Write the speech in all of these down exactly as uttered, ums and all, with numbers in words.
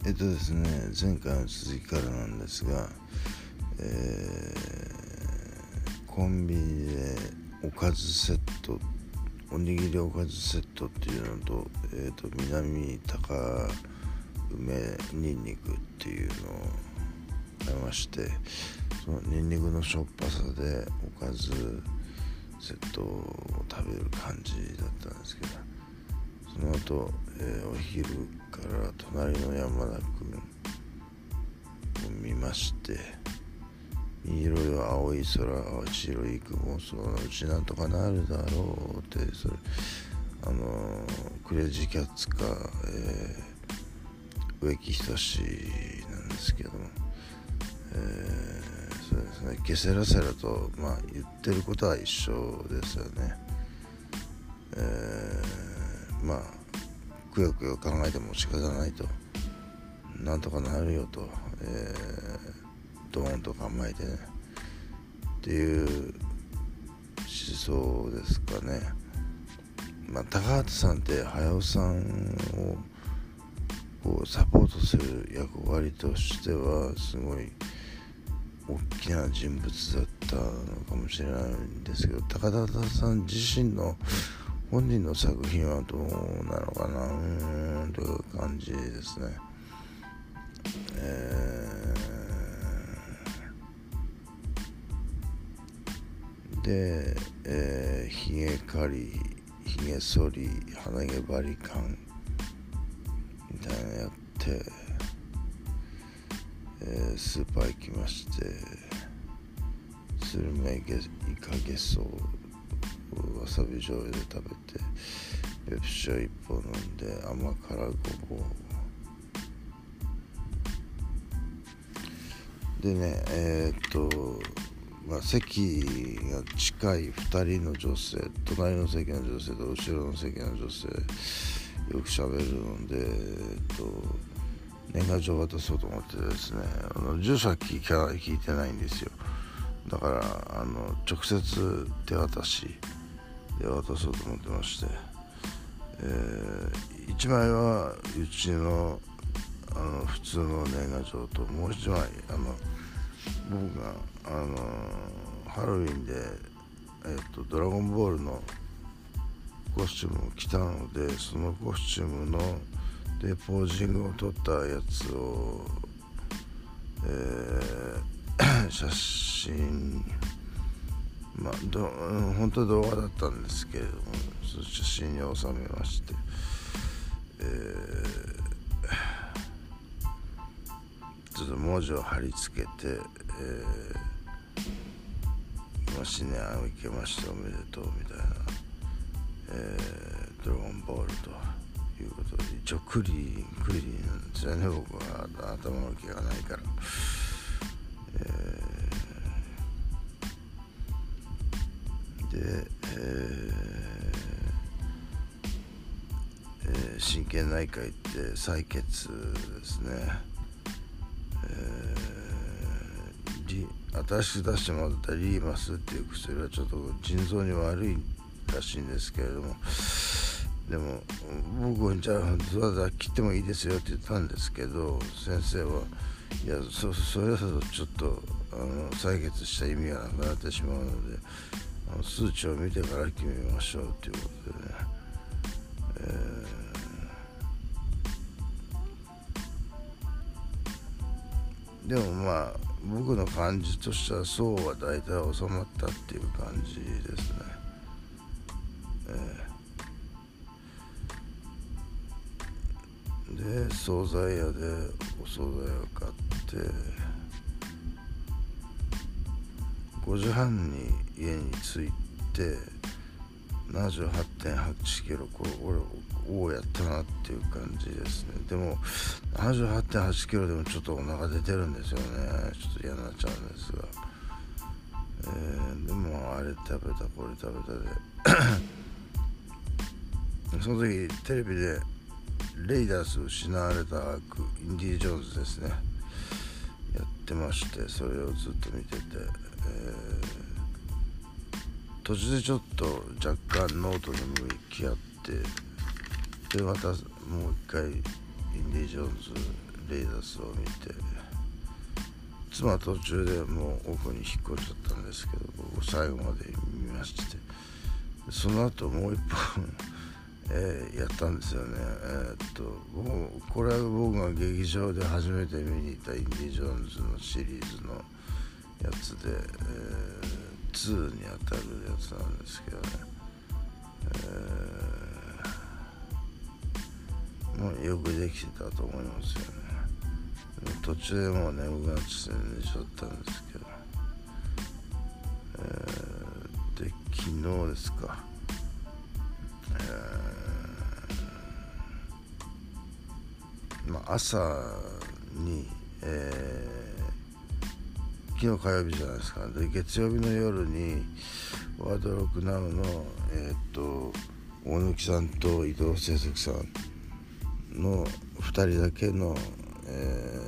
えっとですね、前回の続きからなんですが、えー、コンビニでおかずセット、おにぎりおかずセットっていうのと、えーと、南高梅にんにくっていうのを買いまして、そのにんにくのしょっぱさでおかずセットを食べる感じだったんですけど、その後、えー、お昼から隣の山田君を見まして、黄色い青い空、白い雲、そのうちなんとかなるだろうって、それあのー、クレイジーキャッツか、えー、植木仁なんですけども、えー、そうですね、ケセラセラと、まあ、言ってることは一緒ですよね。えー、まあくよくよ考えても仕方ないと、なんとかなるよと、えー、ドーンと構えてねっていう思想ですかね。まあ、高畑さんって早尾さんをこうサポートする役割としてはすごい大きな人物だったのかもしれないんですけど、高畑さん自身の本人の作品はどうなのかな、うーんという感じですね。えー、で、えー、ひげ刈り、ひげ剃り、鼻毛バリカンみたいなのやって、えー、スーパー行きまして、スルメイカゲソわさび醤油で食べて、ペプシを一本飲んで、甘辛ごぼうでね、えー、っとまあ席が近いふたりの女性、隣の席の女性と後ろの席の女性よく喋るので、えー、っと年賀状渡そうと思ってですね、あの住所は聞か聞いてないんですよ。だからあの直接手渡しで渡そうと思ってまして、えー、いちまいはうちの、あの普通の年賀状と、もういちまいあの僕があのハロウィンで、えー、とドラゴンボールのコスチュームを着たので、そのコスチュームのでポージングを撮ったやつを、えー、写真まあ、ど本当は動画だったんですけれども、その写真に収めまして、えー、ちょっと文字を貼り付けて、えー、新年明けましておめでとうみたいな、えー、ドラゴンボールということで、一応クリーンクリーンなんですよね。僕は頭の毛がないから、えーで、えーえー、真剣内科行って採血ですね、えー、リ新しく出してもらったリーマスっていう薬はちょっと腎臓に悪いらしいんですけれども、でも僕はじゃあわざわざ切ってもいいですよって言ったんですけど、先生はいや そ, それだとちょっとあの採血した意味がなくなってしまうので、数値を見てから決めましょうということでね、えー、でもまあ僕の感じとしてはそうは大体収まったっていう感じですね、えー、で惣菜屋でお惣菜を買ってごじはんに家に着いて ななじゅうはちてんはちキロ、これ俺おおやったなっていう感じですね。でも ななじゅうはちてんはちキロでもちょっとお腹出てるんですよね。ちょっと嫌になっちゃうんですが、えー、でもあれ食べたこれ食べたでその時テレビでレイダース失われた悪インディ・ジョーンズですねやってまして、それをずっと見てて、えー、途中でちょっと若干ノートに向き合って、でまたもう一回インディ・ジョーンズレイダースを見て、妻は途中でもう奥に引っ越しちゃったんですけど、僕最後まで見まして、その後もう一本えー、やったんですよね。えー、っともうこれは僕が劇場で初めて見に行ったインディ・ジョーンズのシリーズのやつで、えー、に当たるやつなんですけどね、えー、もうよくできてたと思いますよね。途中でもう眠くなって寝ちゃったんですけど、えー、で昨日ですか、えーまあ、朝に、えー、昨日火曜日じゃないですか。で月曜日の夜にワードロックナウの、えー、っと大貫さんと伊藤誠作さんのふたりだけの、え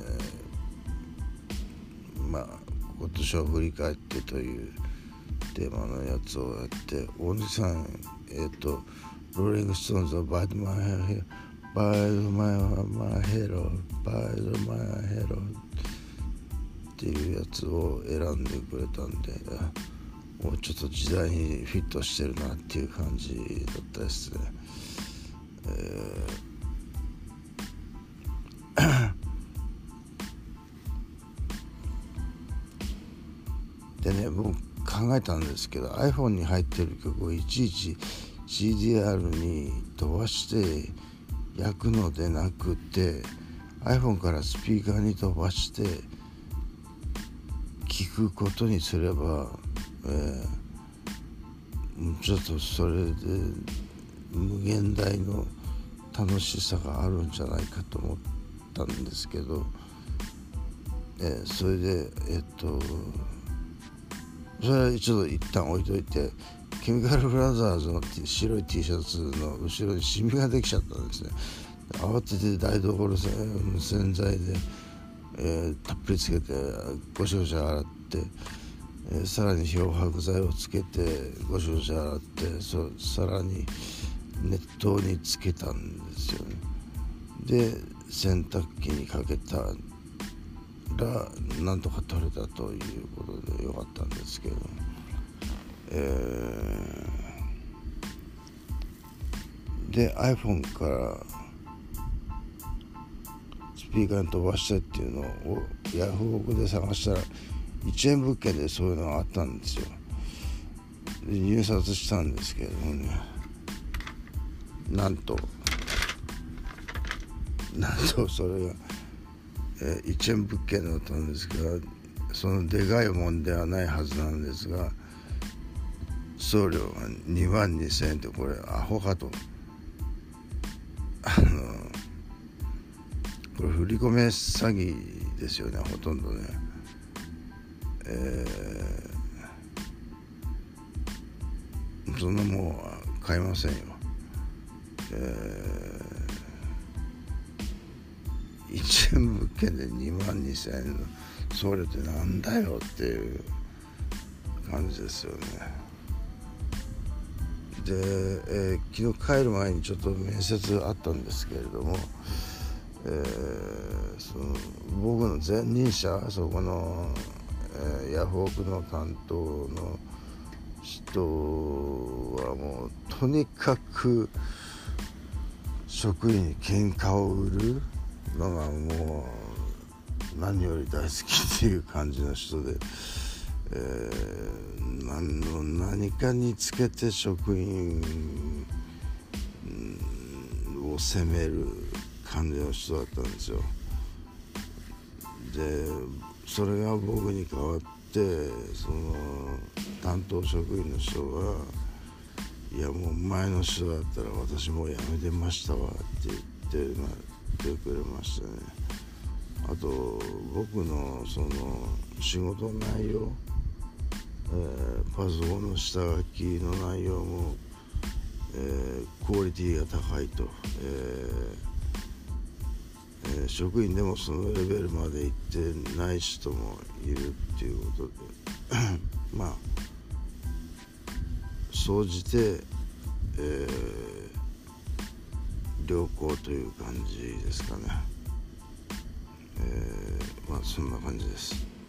ー、まあ今年を振り返ってというテーマのやつをやって、大貫さんえっ、ー、とローリングストーンズのバイドマイヘロバイドマイヘロバイドマイヘロっていうやつを選んでくれたんで、もうちょっと時代にフィットしてるなっていう感じだったですね。えー、でね、僕考えたんですけど、 iPhone に入ってる曲をいちいち シーディーアール に飛ばして焼くのでなくて、 iPhone からスピーカーに飛ばして聞くことにすれば、えー、ちょっとそれで無限大の楽しさがあるんじゃないかと思ったんですけど、えー、それでえっとそれはちょっと一旦置いといて、ケミカルブラザーズの白い T シャツの後ろにシミができちゃったんですね。慌てて台所洗剤で、えー、たっぷりつけてゴシゴシ洗って、えー、さらに漂白剤をつけてゴシゴシ洗って、そさらに熱湯につけたんですよね。で洗濯機にかけたらなんとか取れたということでよかったんですけど、えー、で iPhone からスピーカーに飛ばしてっていうのをヤフオクで探したらいちえん物件でそういうのがあったんですよ。で入札したんですけれどもね、なんとなんとそれがえー、いちえん物件だったんですが、そのでかいもんではないはずなんですが、送料がにまんにせんえんって、これアホかと、あのこれ振り込め詐欺ですよね、ほとんどね。えー、そんなもんは買いませんよ。えーいちえん物件でにまんにせんえんの送料ってなんだよっていう感じですよね。で、えー、昨日帰る前にちょっと面接あったんですけれども、えー、その僕の前任者、そこの、えー、ヤフオクの担当の人はもうとにかく職員に喧嘩を売るのがもう何より大好きっていう感じの人で、えー、何の何かにつけて職員を責める感じの人だったんですよ。でそれが僕に代わって、その担当職員の人が、いやもう前の人だったら私もう辞めてましたわって言って、まあてくれましたね。あと僕のその仕事内容、えー、パソコンの下書きの内容も、えー、クオリティが高いと、えーえー、職員でもそのレベルまで行ってない人もいるっていうことでまあ総じて、えー良好という感じですかね。 そんな感じです。